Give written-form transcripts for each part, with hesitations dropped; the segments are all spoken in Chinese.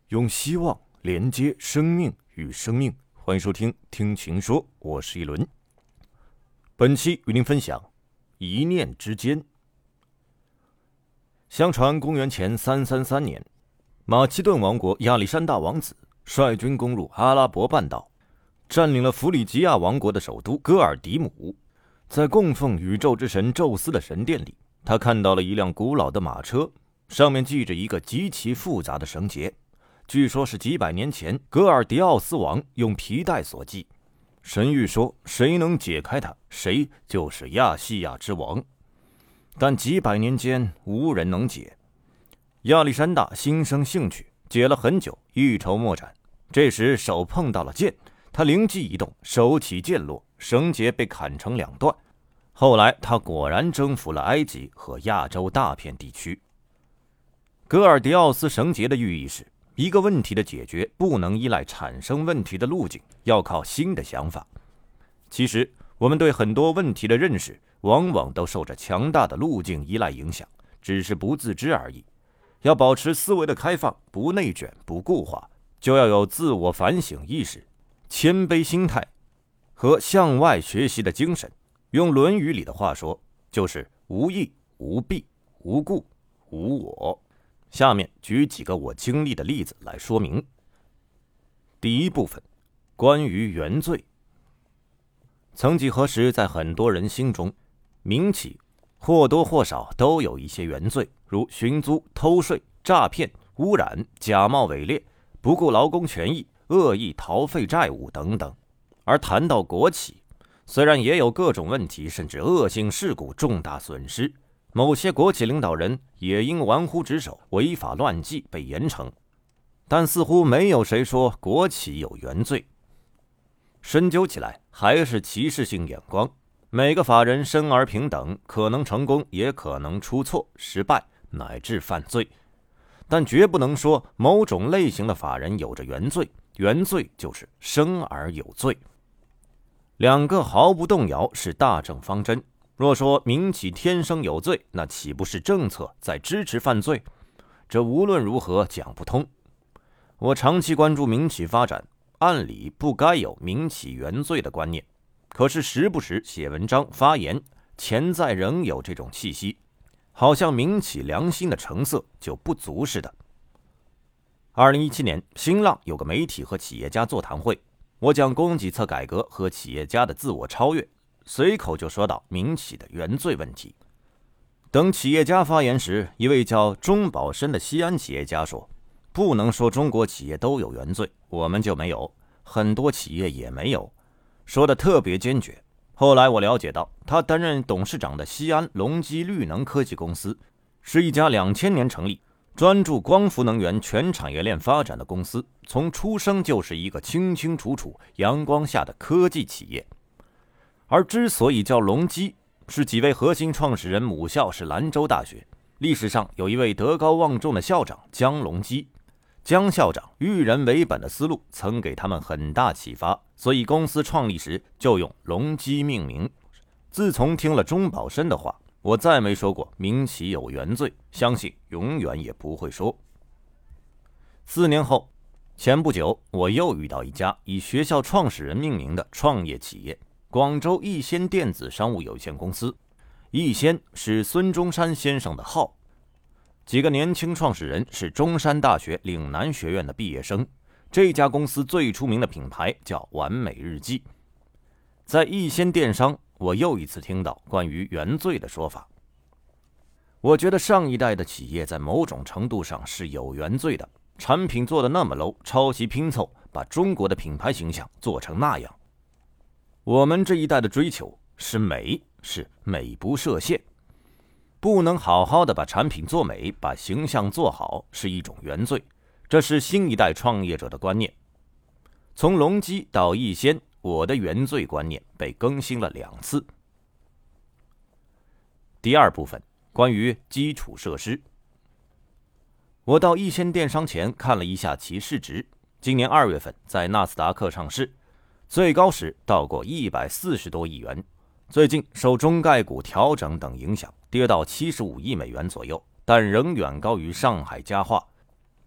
用希望连接生命与生命，欢迎收听听情说，我是一轮。本期与您分享一念之间。相传公元前333年，马其顿王国亚历山大王子率军攻入阿拉伯半岛，占领了弗里吉亚王国的首都戈尔迪姆。在供奉宇宙之神宙斯的神殿里，他看到了一辆古老的马车，上面系着一个极其复杂的绳结，据说是几百年前戈尔迪奥斯王用皮带所系。神谕说，谁能解开它，谁就是亚细亚之王。但几百年间无人能解。亚历山大心生兴趣，解了很久，一筹莫展。这时手碰到了剑，他灵机一动，手起剑落，绳结被砍成两段。后来他果然征服了埃及和亚洲大片地区。戈尔迪奥斯绳结的寓意是，一个问题的解决不能依赖产生问题的路径，要靠新的想法。其实我们对很多问题的认识往往都受着强大的路径依赖影响，只是不自知而已。要保持思维的开放，不内卷，不固化，就要有自我反省意识、谦卑心态和向外学习的精神。用《论语》里的话说，就是无益、无弊、无故、无我。下面举几个我经历的例子来说明。第一部分，关于原罪。曾几何时，在很多人心中，民企或多或少都有一些原罪，如寻租、偷税、诈骗、污染、假冒伪劣、不顾劳工权益、恶意逃废债务等等。而谈到国企，虽然也有各种问题，甚至恶性事故、重大损失，某些国企领导人也因玩忽职守、违法乱纪被严惩，但似乎没有谁说国企有原罪。深究起来，还是歧视性眼光。每个法人生而平等，可能成功，也可能出错、失败，乃至犯罪。但绝不能说某种类型的法人有着原罪，原罪就是生而有罪。两个毫不动摇是大政方针。若说民企天生有罪，那岂不是政策在支持犯罪？这无论如何讲不通。我长期关注民企发展，按理不该有民企原罪的观念，可是时不时写文章发言，潜在仍有这种气息，好像民企良心的成色就不足似的。2017年，新浪有个媒体和企业家座谈会，我讲供给侧改革和企业家的自我超越，随口就说到民企的原罪问题。等企业家发言时，一位叫钟宝生的西安企业家说，不能说中国企业都有原罪，我们就没有，很多企业也没有，说得特别坚决。后来我了解到，他担任董事长的西安隆基绿能科技公司是一家2000年成立，专注光伏能源全产业链发展的公司，从出生就是一个清清楚楚阳光下的科技企业。而之所以叫隆基，是几位核心创始人母校是兰州大学，历史上有一位德高望重的校长江隆基。江校长育人为本的思路曾给他们很大启发，所以公司创立时就用隆基命名。自从听了钟宝生的话，我再没说过民企有原罪，相信永远也不会说。4年后，前不久我又遇到一家以学校创始人命名的创业企业，广州逸仙电子商务有限公司。逸仙是孙中山先生的号。几个年轻创始人是中山大学岭南学院的毕业生。这家公司最出名的品牌叫完美日记。在逸仙电商，我又一次听到关于原罪的说法。我觉得上一代的企业在某种程度上是有原罪的，产品做得那么 low， 抄袭拼凑，把中国的品牌形象做成那样。我们这一代的追求是美，是美不设限。不能好好的把产品做美，把形象做好，是一种原罪。这是新一代创业者的观念。从隆基到逸仙，我的原罪观念被更新了2次。第二部分，关于基础设施。我到逸仙电商前看了一下其市值，今年2月份在纳斯达克上市，最高时到过140多亿元。最近受中概股调整等影响，跌到75亿美元左右，但仍远高于上海家化。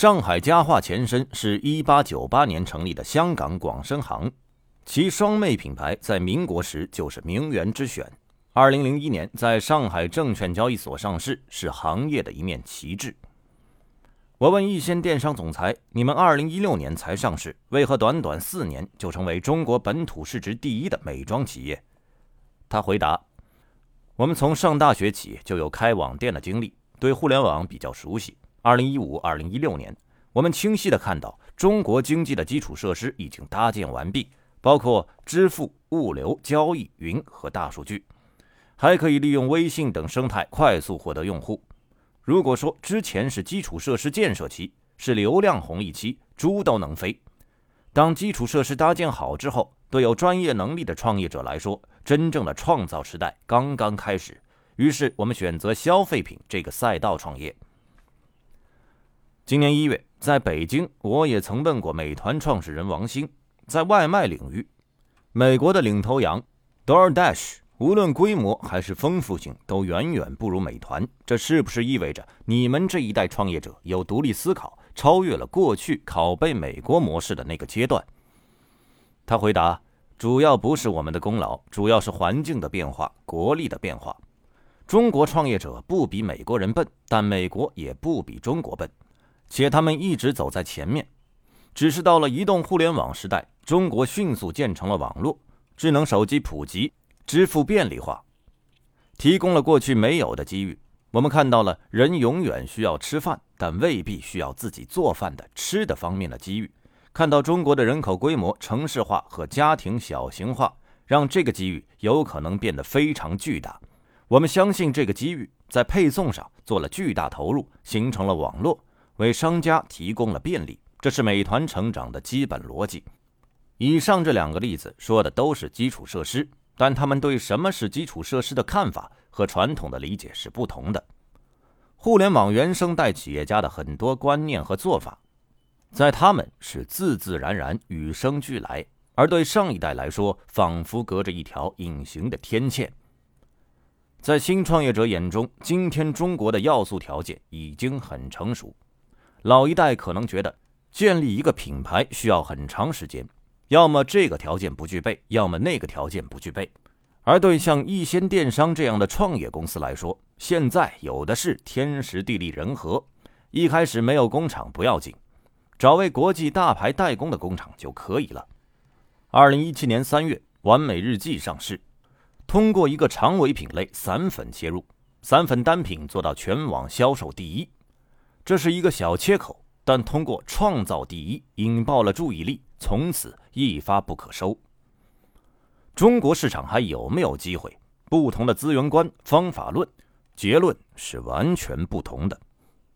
上海家化前身是1898年成立的香港广生行，其双妹品牌在民国时就是名媛之选。2001年在上海证券交易所上市，是行业的一面旗帜。我问易先电商总裁，你们2016年才上市，为何短短4年就成为中国本土市值第1的美妆企业？他回答，我们从上大学起就有开网店的经历，对互联网比较熟悉。2015、2016年，我们清晰地看到中国经济的基础设施已经搭建完毕，包括支付、物流、交易、云和大数据，还可以利用微信等生态快速获得用户。如果说之前是基础设施建设期，是流量红利期，猪都能飞。当基础设施搭建好之后，对有专业能力的创业者来说，真正的创造时代刚刚开始。于是我们选择消费品这个赛道创业。今年1月，在北京，我也曾问过美团创始人王兴，在外卖领域，美国的领头羊 DoorDash 无论规模还是丰富性都远远不如美团，这是不是意味着你们这一代创业者有独立思考，超越了过去拷贝美国模式的那个阶段？他回答，主要不是我们的功劳，主要是环境的变化，国力的变化。中国创业者不比美国人笨，但美国也不比中国笨，且他们一直走在前面。只是到了移动互联网时代，中国迅速建成了网络，智能手机普及，支付便利化，提供了过去没有的机遇。我们看到了人永远需要吃饭，但未必需要自己做饭的吃的方面的机遇。看到中国的人口规模城市化和家庭小型化，让这个机遇有可能变得非常巨大。我们相信这个机遇，在配送上做了巨大投入，形成了网络，为商家提供了便利，这是美团成长的基本逻辑。以上这2个例子说的都是基础设施，但他们对什么是基础设施的看法和传统的理解是不同的。互联网原生代企业家的很多观念和做法，在他们是自自然然与生俱来，而对上一代来说，仿佛隔着一条隐形的天堑。在新创业者眼中，今天中国的要素条件已经很成熟。老一代可能觉得建立一个品牌需要很长时间，要么这个条件不具备，要么那个条件不具备。而对像易先电商这样的创业公司来说，现在有的是天时地利人和。一开始没有工厂不要紧，找位国际大牌代工的工厂就可以了。2017年3月，完美日记上市，通过一个长尾品类散粉切入，散粉单品做到全网销售第1。这是一个小切口，但通过创造第1引爆了注意力，从此一发不可收。中国市场还有没有机会？不同的资源观、方法论，结论是完全不同的。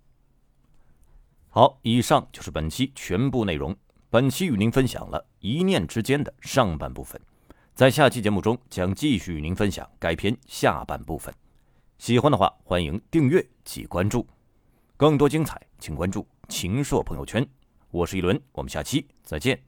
好，以上就是本期全部内容。本期与您分享了一念之间的上半部分，在下期节目中将继续与您分享该篇下半部分。喜欢的话，欢迎订阅及关注。更多精彩，请关注秦朔朋友圈。我是一轮，我们下期再见。